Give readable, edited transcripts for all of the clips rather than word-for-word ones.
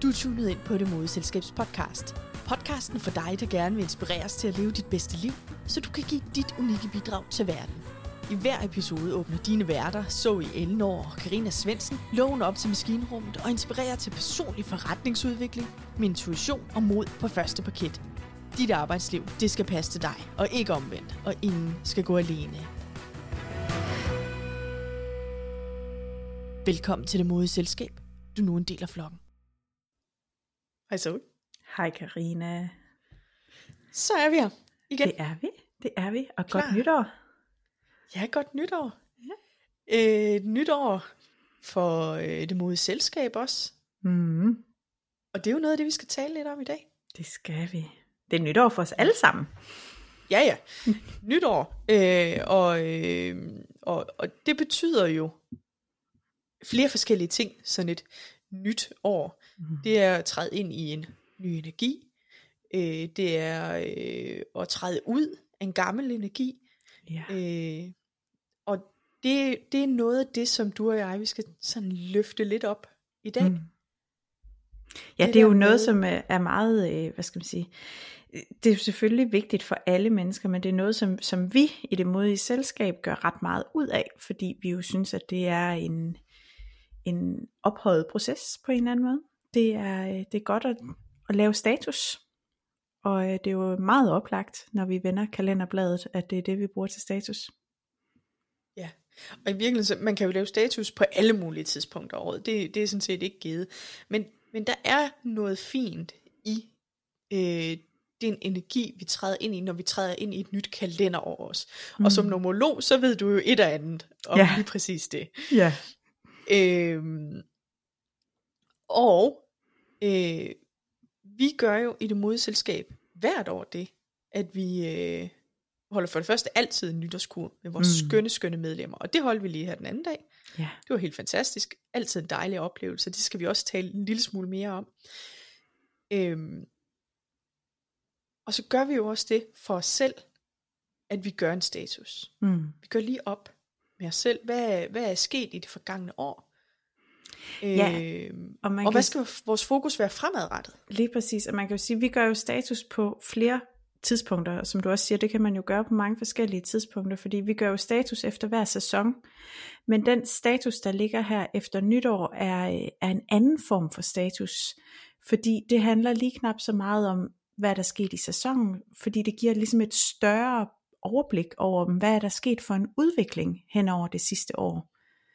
Du er tunet ind på Det Modige Selskabs podcast. Podcasten for dig, der gerne vil inspireres til at leve dit bedste liv, så du kan give dit unikke bidrag til verden. I hver episode åbner dine værter, Zoe Elnor og Karina Svendsen, lågen op til maskinrummet og inspirerer til personlig forretningsudvikling med intuition og mod på første parket. Dit arbejdsliv, det skal passe til dig, og ikke omvendt, og ingen skal gå alene. Velkommen til Det Modige Selskab. Du er nu en del af flokken. Hej Zoe. Hej Karina. Så er vi her igen. Det er vi, og Klar. godt nytår. Ja, godt nytår. Ja. Nytår for Det Modige Selskab også. Mm, Og det er jo noget af det, vi skal tale lidt om i dag. det skal vi. Det er nytår for os alle sammen. Ja. Nytår. Og det betyder jo flere forskellige ting, sådan et nyt år. Det er at træde ind i en ny energi. Det er at træde ud af en gammel energi. Ja. Og det er noget af det, som du og jeg, vi skal sådan løfte lidt op i dag. Ja, det det er jo der noget, med- som er meget, hvad skal man sige, det er jo selvfølgelig vigtigt for alle mennesker, men det er noget, som vi i Det Modige Selskab gør ret meget ud af, fordi vi jo synes, at det er en ophøjet proces på en eller anden måde. Det er godt at lave status, og det er jo meget oplagt, når vi vender kalenderbladet, at det er det, vi bruger til status. Ja, og i virkeligheden, man kan jo lave status på alle mulige tidspunkter af året. Det er sådan set ikke givet. Men der er noget fint i den energi, vi træder ind i, når vi træder ind i et nyt kalenderår også. Og som nomolog, så ved du jo et og andet om Ja. lige præcis det. Ja. Vi gør jo i Det Modige Selskab hvert år det, at vi holder for det første altid en nytårskur med vores skønne medlemmer. Og det holdt vi lige her den anden dag. Ja. Det var helt fantastisk. Altid en dejlig oplevelse. Det skal vi også tale en lille smule mere om. Og så gør vi jo også det for os selv, at vi gør en status. Vi går lige op med os selv. Hvad er sket i det forgangne år? Ja, og man Og kan hvad skal vores fokus være fremadrettet? lige præcis, og man kan jo sige, at vi gør jo status på flere tidspunkter, og som du også siger, det kan man jo gøre på mange forskellige tidspunkter, fordi vi gør jo status efter hver sæson, men den status, der ligger her efter nytår, er en anden form for status, fordi det handler lige knap så meget om, hvad der er sket i sæsonen, fordi det giver ligesom et større overblik over, hvad er der sket for en udvikling hen over det sidste år.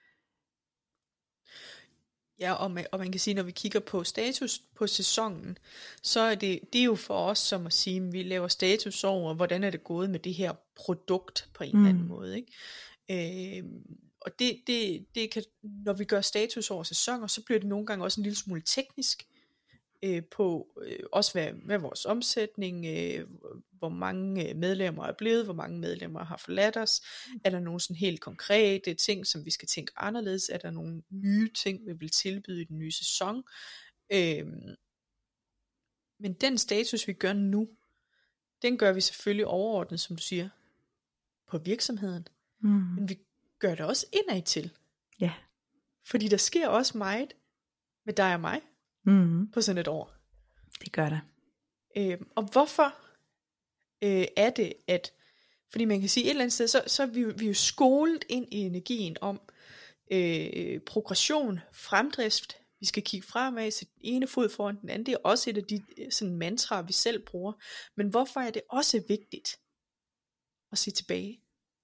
Ja, og man kan sige, når vi kigger på status på sæsonen, så er det er jo for os som at sige, at vi laver status over, hvordan er det gået med det her produkt på en eller anden måde. Ikke? Og det kan, når vi gør status over sæsoner, så bliver det nogle gange også en lille smule teknisk, på også hvad vores omsætning, hvor mange medlemmer er blevet, hvor mange medlemmer har forladt os, er der nogle sådan helt konkrete ting, som vi skal tænke anderledes, er der nogle nye ting, vi vil tilbyde i den nye sæson, men den status vi gør nu, den gør vi selvfølgelig overordnet, som du siger, på virksomheden, men vi gør det også indad til, Ja. fordi der sker også meget med dig og mig på sådan et år. Det gør der. Og hvorfor er det, at, fordi man kan sige et eller andet sted, så er vi jo skolet ind i energien om progression, fremdrift, vi skal kigge fremad, så den ene fod foran den anden, det er også et af de sådan mantraer, vi selv bruger. Men hvorfor er det også vigtigt at se tilbage?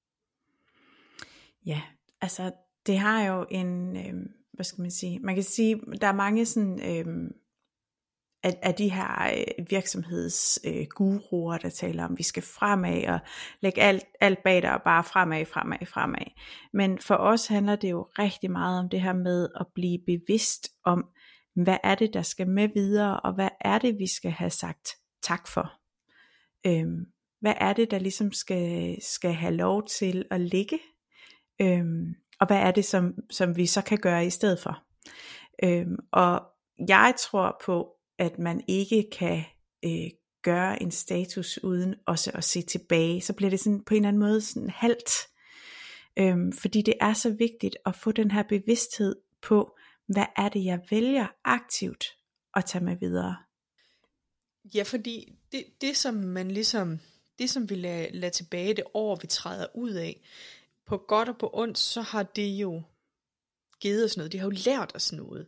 Ja, altså det har jo en, hvad skal man sige, man kan sige, der er mange sådan, af de her virksomhedsguruer, der taler om, vi skal fremad og lægge alt bag dig og bare fremad. Men for os handler det jo rigtig meget om det her med at blive bevidst om, hvad er det, der skal med videre, og hvad er det, vi skal have sagt tak for. Hvad er det, der ligesom skal have lov til at ligge, og hvad er det, som vi så kan gøre i stedet for. Og jeg tror på, at man ikke kan gøre en status uden også at se tilbage. Så bliver det sådan på en eller anden måde sådan halvt. Fordi det er så vigtigt at få den her bevidsthed på, hvad er det jeg vælger aktivt at tage med videre? Ja, fordi det som man ligesom, det som vi lader tilbage, det år vi træder ud af, på godt og på ondt, så har det jo givet os noget, det har jo lært os noget.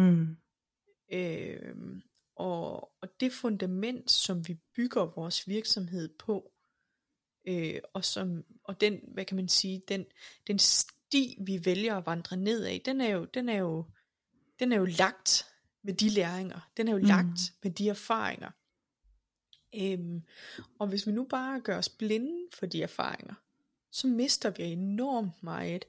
Og det fundament, som vi bygger vores virksomhed på, og den, hvad kan man sige, den sti, vi vælger at vandre ned af, den er jo lagt med de læringer, den er jo lagt med de erfaringer. Og hvis vi nu bare gør os blinde for de erfaringer, så mister vi enormt meget.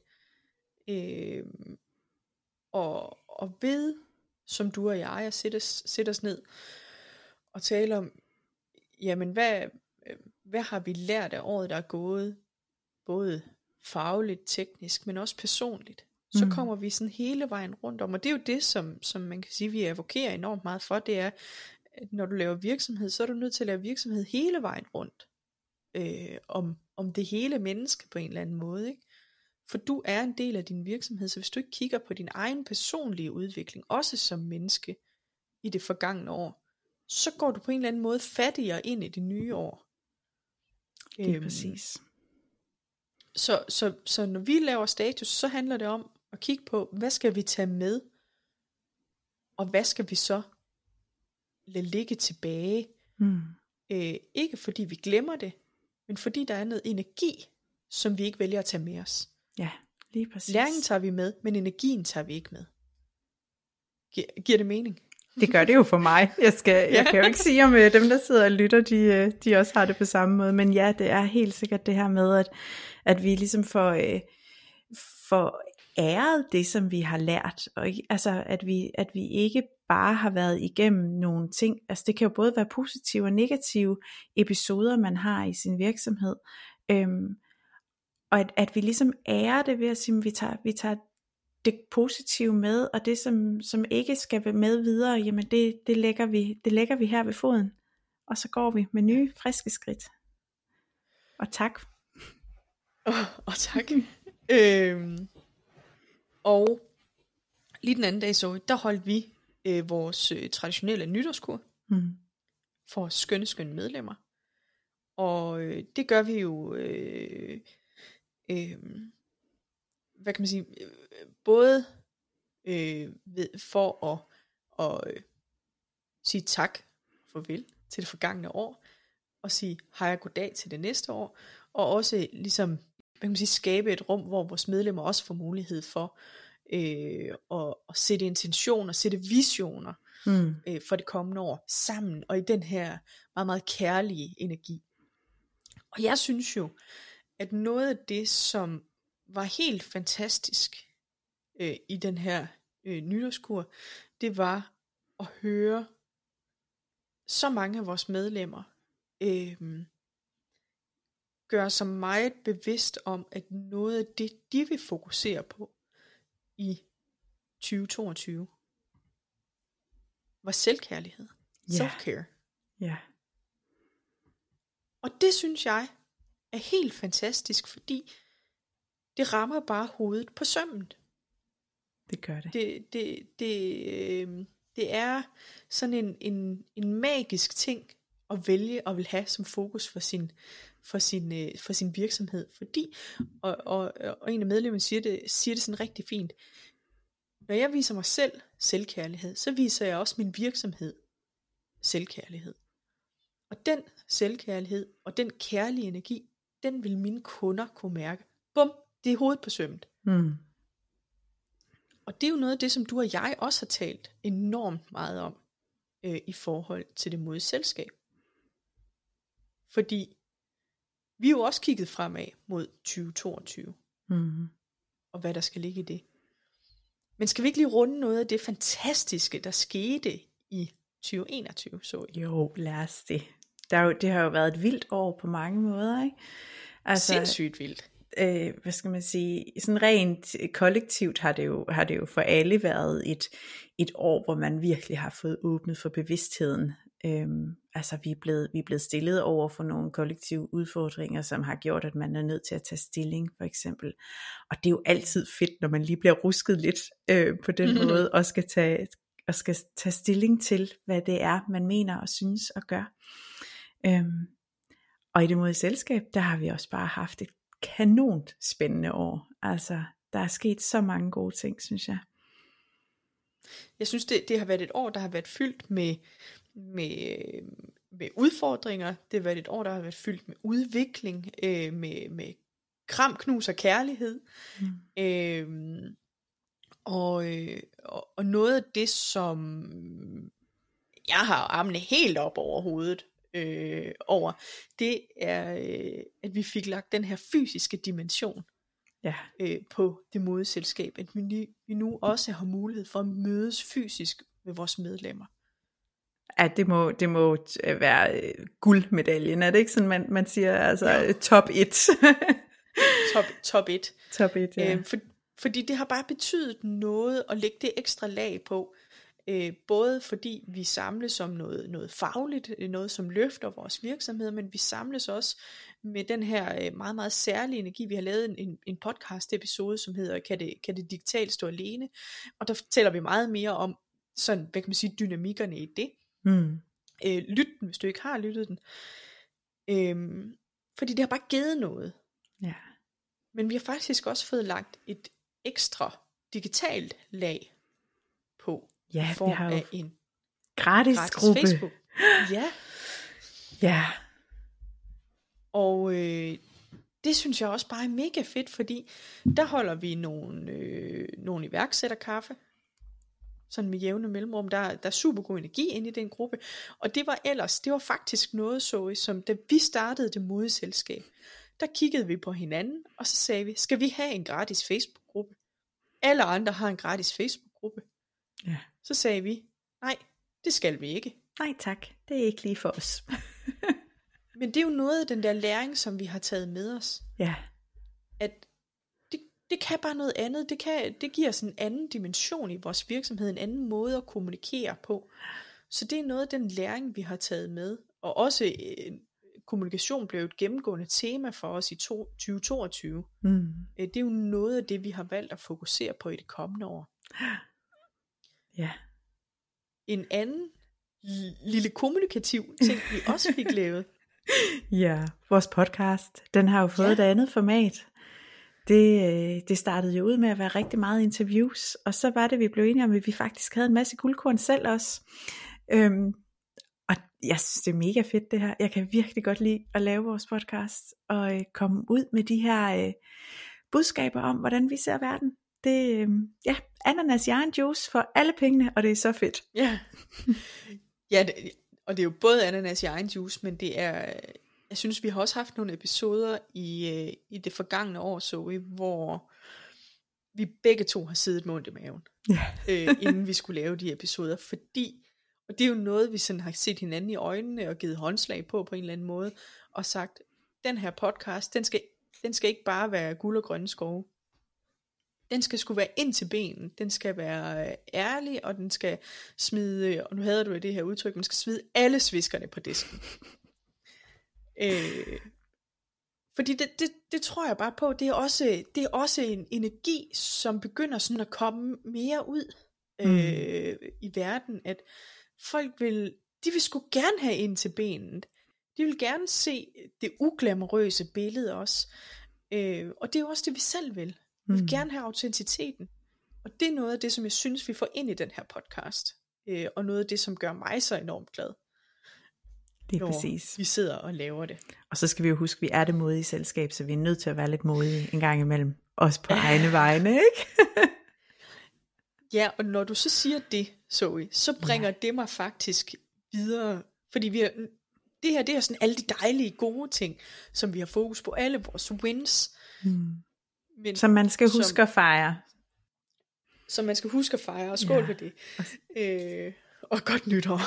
Og ved, som du og jeg sætter os ned og tale om, jamen hvad har vi lært af året, der er gået, både fagligt, teknisk, men også personligt. Så kommer vi sådan hele vejen rundt om, og det er jo det, som man kan sige, vi advokerer enormt meget for, det er, at når du laver virksomhed, så er du nødt til at lave virksomhed hele vejen rundt, om det hele menneske på en eller anden måde, ikke? For du er en del af din virksomhed, så hvis du ikke kigger på din egen personlige udvikling, også som menneske i det forgangne år, så går du på en eller anden måde fattigere ind i det nye år. Det er præcis. Så når vi laver status, så handler det om at kigge på, hvad skal vi tage med, og hvad skal vi så lade ligge tilbage. Ikke fordi vi glemmer det, men fordi der er noget energi, som vi ikke vælger at tage med os. Ja, lige præcis. Læringen tager vi med, men energien tager vi ikke med. Giver det mening? Det gør det jo for mig. Jeg kan jo ikke sige, om dem, der sidder og lytter, de også har det på samme måde. Men ja, det er helt sikkert det her med, at vi ligesom får æret det, som vi har lært. Og altså, at vi ikke bare har været igennem nogle ting. Altså, det kan jo både være positive og negative episoder, man har i sin virksomhed. Og at vi ligesom ærer det ved at sige, at vi tager det positive med, og det som ikke skal med videre, jamen det lægger vi her ved foden, og så går vi med nye, friske skridt. Og tak. Og tak. Og lige den anden dag, så der holdt vi vores traditionelle nytårskur for skønne medlemmer. Og det gør vi jo hvad kan man sige, både for at sige tak, farvel til det forgangne år, og sige hej og goddag til det næste år, og også ligesom, hvad kan man sige, skabe et rum, hvor vores medlemmer også får mulighed for at sætte intentioner, sætte visioner for det kommende år sammen, og i den her meget, meget kærlige energi. Og jeg synes jo, at noget af det, som var helt fantastisk i den her nytårskur, det var at høre så mange af vores medlemmer gøre sig meget bevidst om, at noget af det, de vil fokusere på i 2022, var selvkærlighed. Self-care. Ja. Og det synes jeg er helt fantastisk, fordi det rammer bare hovedet på sømmet. Det gør det. Det er sådan en magisk ting at vælge og vil have som fokus for sin virksomhed, fordi og en af medlemmerne siger det sådan rigtig fint. Når jeg viser mig selv selvkærlighed, så viser jeg også min virksomhed selvkærlighed. Og den selvkærlighed og den kærlige energi, den vil mine kunder kunne mærke. Bum, det er hovedet på sømmet. Og det er jo noget af det, som du og jeg også har talt enormt meget om i forhold til det modige selskab. Fordi vi er jo også kigget fremad mod 2022. Og hvad der skal ligge i det. Men skal vi ikke lige runde noget af det fantastiske, der skete i 2021? Så Jo, lad os det. Det har jo været et vildt år på mange måder, ikke? Altså, sindssygt vildt. Hvad skal man sige, sådan rent kollektivt har det jo for alle været et år, hvor man virkelig har fået åbnet for bevidstheden. Altså vi er blevet stillet over for nogle kollektive udfordringer, som har gjort, at man er nødt til at tage stilling, for eksempel. Og det er jo altid fedt, når man lige bliver rusket lidt på den måde, og skal og skal tage stilling til, hvad det er, man mener og synes og gør. Og i Det Modige Selskab, der har vi også bare haft et kanont spændende år. Altså, der er sket så mange gode ting, synes jeg. Jeg synes, det har været et år, der har været fyldt med udfordringer. Det har været et år, der har været fyldt med udvikling, med kram, knus og kærlighed. Og noget af det, som jeg har armene helt op over hovedet over, det er, at vi fik lagt den her fysiske dimension på Det Modige Selskab. At vi nu også har mulighed for at mødes fysisk med vores medlemmer. Ja, det må være guldmedaljen, er det ikke sådan, man siger, altså top 1? top 1. Top 1, ja. Fordi det har bare betydet noget at lægge det ekstra lag på. Både fordi vi samles om noget fagligt, noget som løfter vores virksomhed, men vi samles også med den her meget, meget særlige energi. Vi har lavet en podcast episode, som hedder Kan det digitalt stå alene? Og der fortæller vi meget mere om sådan, hvad kan man sige, dynamikkerne i det. Lyt den, hvis du ikke har lyttet den. Fordi det har bare givet noget. Ja. Men vi har faktisk også fået lagt et ekstra digitalt lag på. Ja, vi har jo en gratis gruppe. Facebook. Ja. Og det synes jeg også bare er mega fedt, fordi der holder vi nogle iværksætterkaffe, sådan med jævne mellemrum. Der er super god energi inde i den gruppe. Og det var faktisk noget, som da vi startede Det Modige Selskab, der kiggede vi på hinanden, og så sagde vi, skal vi have en gratis Facebook-gruppe? Alle andre har en gratis Facebook-gruppe. Ja. Så sagde vi, nej, det skal vi ikke. Nej tak, det er ikke lige for os. Men det er jo noget af den der læring, som vi har taget med os. Ja. At det kan bare noget andet. Det giver sådan en anden dimension i vores virksomhed, en anden måde at kommunikere på. Så det er noget af den læring, vi har taget med. Og også kommunikation blev et gennemgående tema for os i 2022. Det er jo noget af det, vi har valgt at fokusere på i det kommende år. Ja. En anden lille kommunikativ ting, vi også fik lavet. Ja, vores podcast, den har jo fået et andet format. Det startede jo ud med at være rigtig meget interviews, og så var det, vi blev enige om, at vi faktisk havde en masse guldkorn selv også. Og jeg synes, det er mega fedt det her. Jeg kan virkelig godt lide at lave vores podcast, og komme ud med de her budskaber om, hvordan vi ser verden. Det, ananas juice for alle pengene, og det er så fedt. Ja, og det er jo både ananas juice, men det er, jeg synes, vi har også haft nogle episoder i det forgangne år, Zoe, hvor vi begge to har siddet med ondt i maven, inden vi skulle lave de episoder, fordi, og det er jo noget, vi sådan har set hinanden i øjnene, og givet håndslag på en eller anden måde, og sagt, den her podcast, den skal ikke bare være guld og grønne skove. Den skal sgu være ind til benen, den skal være ærlig, og den skal smide, og nu havde du det her udtryk, man skal smide alle sviskerne på disken. Fordi det tror jeg bare på, det er også en energi, som begynder sådan at komme mere ud i verden, at folk de vil sgu gerne have ind til benet. De vil gerne se det uglamorøse billede også. Og det er jo også det, vi selv vil. Vi vil gerne have autenticiteten. Og det er noget af det, som jeg synes, vi får ind i den her podcast. Og noget af det, som gør mig så enormt glad. Det er præcis. Vi sidder og laver det. Og så skal vi jo huske, at vi er Det Modige Selskab, så vi er nødt til at være lidt modige en gang imellem. Også på egne vegne, ikke? Ja, og når du så siger det, Zoe, så bringer det mig faktisk videre. Fordi det her er sådan alle de dejlige, gode ting, som vi har fokus på. Alle vores wins. Men, som man skal huske at fejre. Som man skal huske at fejre, og skål for det. Og godt nytår.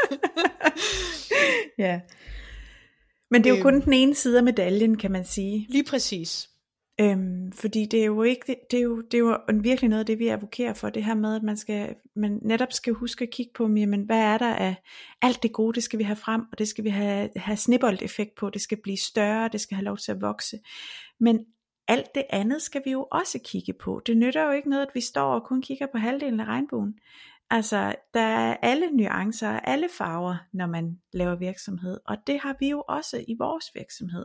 Ja. Men det er jo kun den ene side af medaljen, kan man sige. Lige præcis. Fordi det er jo ikke, det er jo virkelig noget af det, vi advokerer for, det her med, at man netop skal huske at kigge på, jamen, hvad er der af alt det gode, det skal vi have frem, og det skal vi have snibboldeffekt på, det skal blive større, det skal have lov til at vokse. Men alt det andet skal vi jo også kigge på. Det nytter jo ikke noget, at vi står og kun kigger på halvdelen af regnbuen. Altså, der er alle nuancer, alle farver, når man laver virksomhed, og det har vi jo også i vores virksomhed.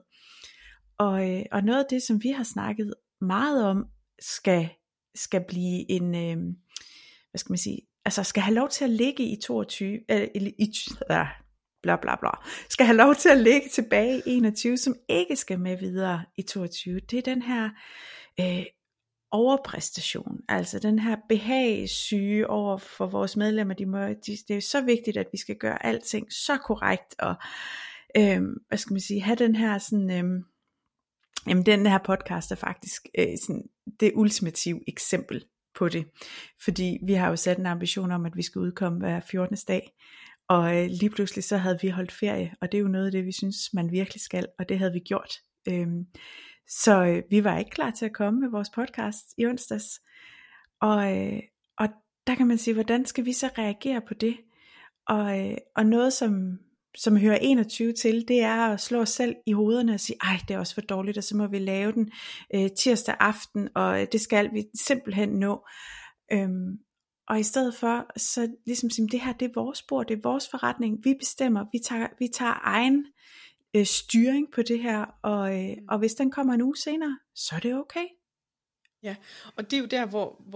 Og noget af det, som vi har snakket meget om, skal blive en, hvad skal man sige, altså skal have lov til at ligge i 22, bla bla bla, skal have lov til at ligge tilbage i 21, som ikke skal med videre i 22. Det er den her overpræstation, altså den her behagssyge over for vores medlemmer. Det er så vigtigt, at vi skal gøre alting så korrekt, og hvad skal man sige, have den her sådan, jamen den her podcast er faktisk sådan det ultimative eksempel på det, fordi vi har jo sat en ambition om, at vi skal udkomme hver 14. dag, og lige pludselig så havde vi holdt ferie, og det er jo noget af det, vi synes, man virkelig skal, og det havde vi gjort. Så vi var ikke klar til at komme med vores podcast i onsdags, og der kan man sige, hvordan skal vi så reagere på det, og noget som hører 21 til, det er at slå os selv i hovederne og sige, ej, det er også for dårligt, og så må vi lave den tirsdag aften, og det skal vi simpelthen nå. Og i stedet for, så ligesom sige, det her, det er vores bord, det er vores forretning, vi bestemmer, vi tager egen styring på det her, og hvis den kommer en uge senere, så er det okay. Ja, og det er jo der,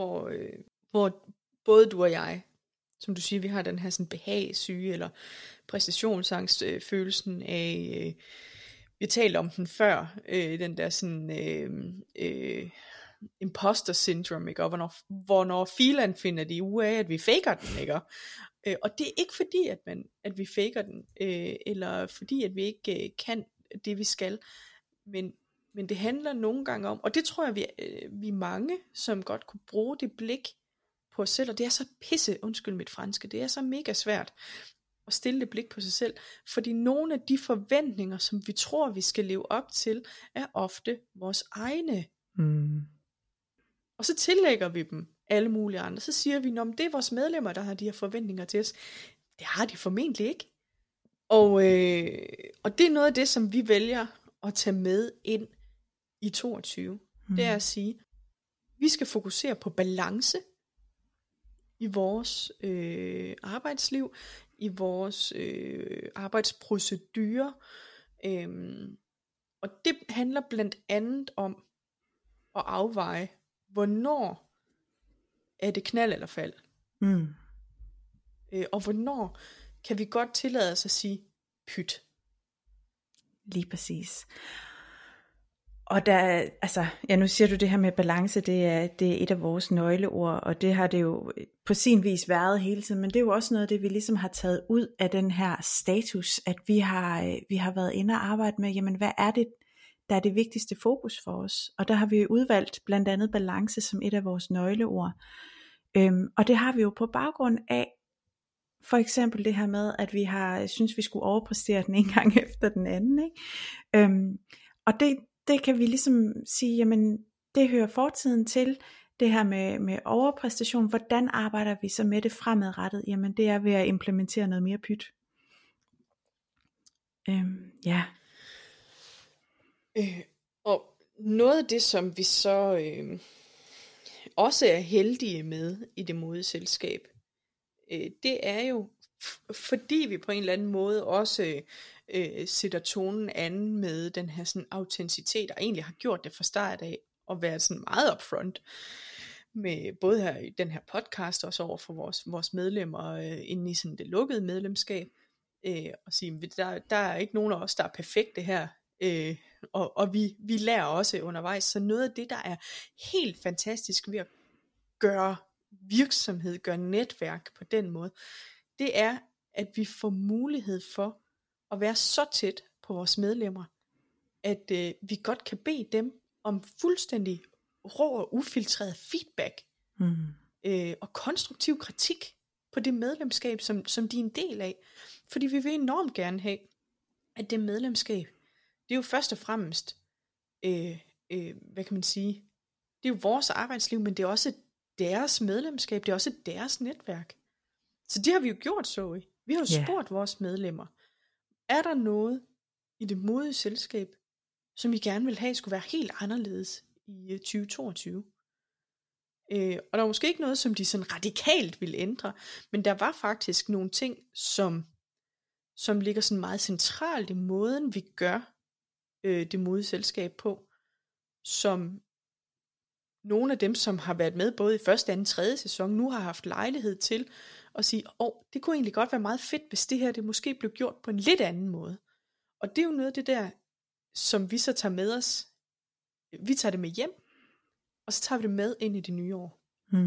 hvor både du og jeg, som du siger, vi har den her sådan behagssyge, eller præstationsangst, følelsen af, vi har talt om den før, den der sådan, imposter syndrome, ikke? Og hvornår filen finder de ud af, at vi faker den, ikke? Og det er ikke fordi, at vi faker den, eller fordi, at vi ikke kan det, vi skal, men det handler nogle gange om, og det tror jeg, vi er mange, som godt kunne bruge det blik på os selv, og det er så undskyld mit franske, det er så mega svært at stille det blik på sig selv, fordi nogle af de forventninger, som vi tror, vi skal leve op til, er ofte vores egne. Og så tillægger vi dem alle mulige andre. Så siger vi, det er vores medlemmer, der har de her forventninger til os. Det har de formentlig ikke. Og det er noget af det, som vi vælger at tage med ind i 22. Det er at sige, vi skal fokusere på balance i vores arbejdsliv, i vores arbejdsprocedurer. Og det handler blandt andet om at afveje, hvornår er det knald eller fald. Og hvornår kan vi godt tillade os at sige pyt. Lige præcis. Og der, altså, ja, nu siger du det her med balance, det er et af vores nøgleord, og det har det jo på sin vis været hele tiden, men det er jo også noget af det, vi ligesom har taget ud af den her status, at vi har været inde og arbejde med, jamen hvad er det, der er det vigtigste fokus for os, og der har vi udvalgt blandt andet balance som et af vores nøgleord, og det har vi jo på baggrund af, for eksempel det her med, at vi synes vi skulle overpræstere den en gang efter den anden, ikke? Og det kan vi ligesom sige, jamen det hører fortiden til, det her med overpræstation. Hvordan arbejder vi så med det fremadrettet? Jamen det er ved at implementere noget mere pyt. Ja. Og noget af det, som vi så også er heldige med i det modeselskab, det er jo, fordi vi på en eller anden måde også sætter tonen an med den her sådan autenticitet, og egentlig har gjort det fra start af, og været sådan meget upfront, med både her i den her podcast, også over for vores medlemmer, inde i sådan det lukkede medlemskab, og sige, der er ikke nogen af os, der er perfekte her, og vi lærer også undervejs, så noget af det, der er helt fantastisk ved at gøre virksomhed, gøre netværk på den måde, det er, at vi får mulighed for at være så tæt på vores medlemmer, at vi godt kan bede dem om fuldstændig rå og ufiltreret feedback, og konstruktiv kritik på det medlemskab, som de er en del af. Fordi vi vil enormt gerne have, at det medlemskab, det er jo først og fremmest, hvad kan man sige, det er jo vores arbejdsliv, men det er også deres medlemskab, det er også deres netværk. Så det har vi jo gjort, så i. Vi har jo spurgt vores medlemmer, er der noget i det modige selskab, som I gerne vil have skulle være helt anderledes i 2022? Og der var måske ikke noget, som de sådan radikalt ville ændre, men der var faktisk nogle ting, som ligger sådan meget centralt i måden, vi gør det modige selskab på, som nogle af dem, som har været med både i første, anden, tredje sæson, nu har haft lejlighed til at sige, det kunne egentlig godt være meget fedt, hvis det her det måske blev gjort på en lidt anden måde. Og det er jo noget af det der, som vi så tager med os. Vi tager det med hjem, og så tager vi det med ind i det nye år.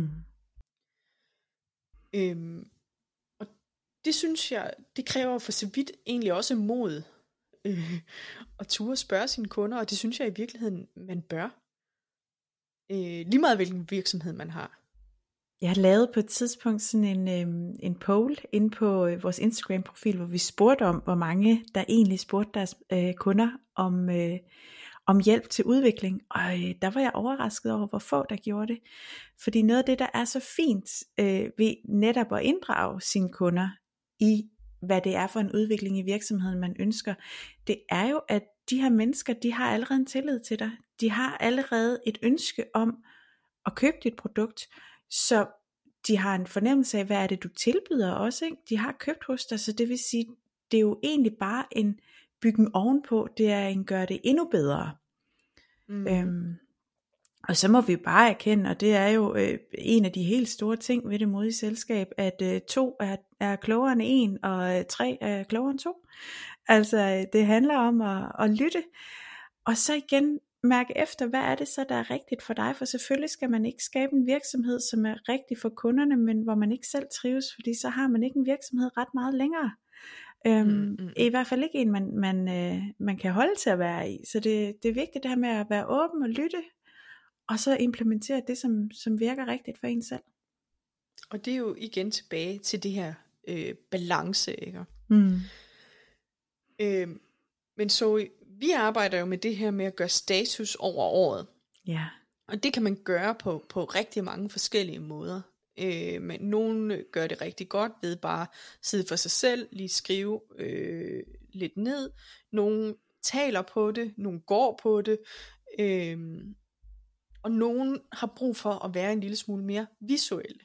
Og det synes jeg, det kræver for så vidt egentlig også mod at turde spørge sine kunder, og det synes jeg i virkeligheden, man bør. Lige meget hvilken virksomhed man har. Jeg har lavet på et tidspunkt sådan en poll inde på vores Instagram-profil, hvor vi spurgte om, hvor mange der egentlig spurgte deres kunder om hjælp til udvikling. Og der var jeg overrasket over, hvor få der gjorde det. Fordi noget af det, der er så fint ved netop at inddrage sine kunder i, hvad det er for en udvikling i virksomheden, man ønsker, det er jo, at de her mennesker, de har allerede en tillid til dig. De har allerede et ønske om at købe dit produkt, så de har en fornemmelse af, hvad er det, du tilbyder også, ikke? De har købt hos dig, så det vil sige, det er jo egentlig bare en byggen ovenpå, det er en gør det endnu bedre. Og så må vi bare erkende, og det er jo en af de helt store ting ved det modige selskab, at 2 er klogere end 1, og 3 er klogere end 2. Altså det handler om at lytte, og så igen mærke efter, hvad er det så, der er rigtigt for dig, for selvfølgelig skal man ikke skabe en virksomhed, som er rigtig for kunderne, men hvor man ikke selv trives, fordi så har man ikke en virksomhed ret meget længere. I hvert fald ikke en, man kan holde til at være i. Så det er vigtigt det her med at være åben og lytte, og så implementere det, som virker rigtigt for en selv. Og det er jo igen tilbage til det her balance, ikke? Men så vi arbejder jo med det her med at gøre status over året. Ja. Og det kan man gøre på rigtig mange forskellige måder. Men nogen gør det rigtig godt ved bare at sidde for sig selv, lige skrive lidt ned. Nogen taler på det, nogen går på det. Og nogen har brug for at være en lille smule mere visuelle.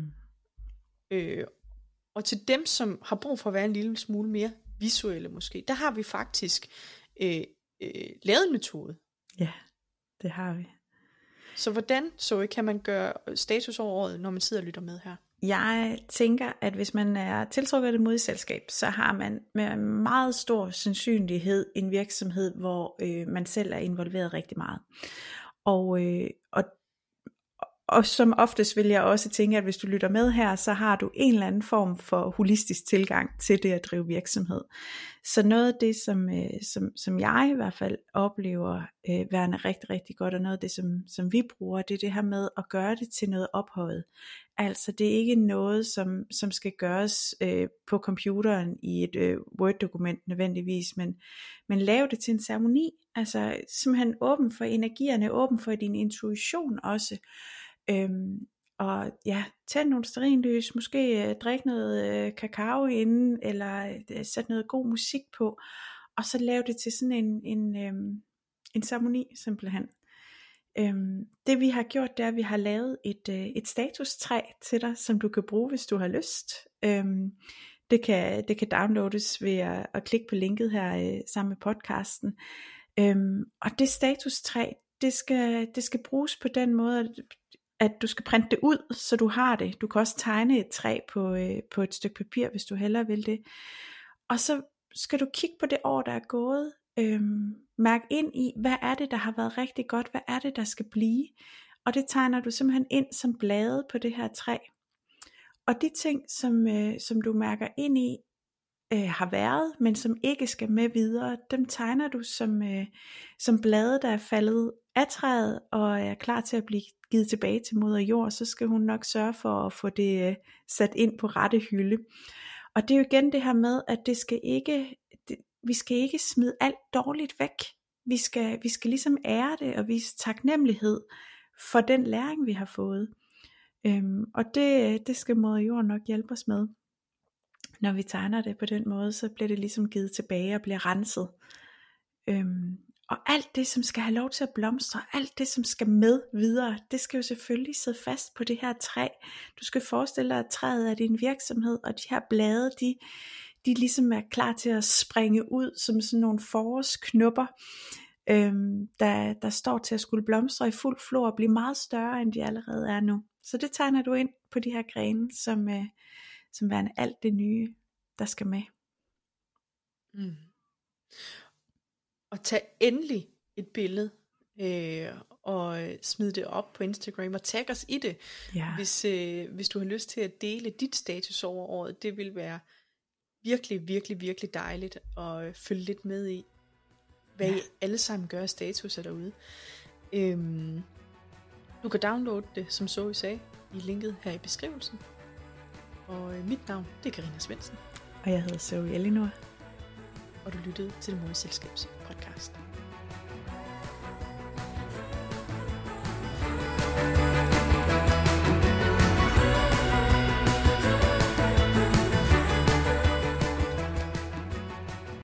Og til dem, som har brug for at være en lille smule mere visuelle måske, der har vi faktisk lavet en metode. Ja, det har vi. Så hvordan kan man gøre status over året, når man sidder og lytter med her? Jeg tænker, at hvis man er tiltrukket af det modige selskab, så har man med meget stor sandsynlighed en virksomhed, hvor man selv er involveret rigtig meget. Og som oftest vil jeg også tænke, at hvis du lytter med her, så har du en eller anden form for holistisk tilgang til det at drive virksomhed. Så noget af det, som jeg i hvert fald oplever værende rigtig, rigtig godt, og noget af det, som vi bruger, det er det her med at gøre det til noget ophøjet. Altså det er ikke noget, som skal gøres på computeren i et Word-dokument nødvendigvis, men lave det til en ceremoni. Altså simpelthen åben for energierne, åben for din intuition også. Og ja, tænd nogle stearinlys, måske drikke noget kakao inden, eller sætte noget god musik på, og så lave det til sådan en ceremoni simpelthen. Det vi har gjort, det er, at vi har lavet et statustræ til dig, som du kan bruge, hvis du har lyst. Det kan downloades ved at klikke på linket her sammen med podcasten. Og det statustræ, det skal bruges på den måde, at du skal printe det ud, så du har det. Du kan også tegne et træ på et stykke papir, hvis du hellere vil det. Og så skal du kigge på det år, der er gået. Mærk ind i, hvad er det, der har været rigtig godt? Hvad er det, der skal blive? Og det tegner du simpelthen ind som blade på det her træ. Og de ting, som du mærker ind i, har været, men som ikke skal med videre, dem tegner du som blade, der er faldet af træet, og er klar til at blive givet tilbage til moder jord. Så skal hun nok sørge for at få det sat ind på rette hylde. Og det er jo igen det her med, at vi skal ikke smide alt dårligt væk. Vi skal ligesom ære det og vise taknemmelighed for den læring vi har fået. Og det skal moder jord nok hjælpe os med. Når vi tegner det på den måde, så bliver det ligesom givet tilbage og bliver renset. Og alt det, som skal have lov til at blomstre, alt det, som skal med videre, det skal jo selvfølgelig sidde fast på det her træ. Du skal forestille dig, at træet er din virksomhed, og de her blade, de ligesom er klar til at springe ud som sådan nogle forårsknopper, der står til at skulle blomstre i fuld flor og blive meget større, end de allerede er nu. Så det tegner du ind på de her grene, som værende alt det nye, der skal med. Mm. Og tag endelig et billede og smid det op på Instagram og tag os i det, hvis du har lyst til at dele dit status over året. Det vil være virkelig, virkelig, virkelig dejligt at følge lidt med i, hvad I alle sammen gør af statuser derude. Du kan downloade det, som Zoe sagde, i linket her i beskrivelsen. Og mit navn, det er Karina Svendsen. Og jeg hedder Zoe Elinor. Og du lyttede til Det Modige Selskabs podcast.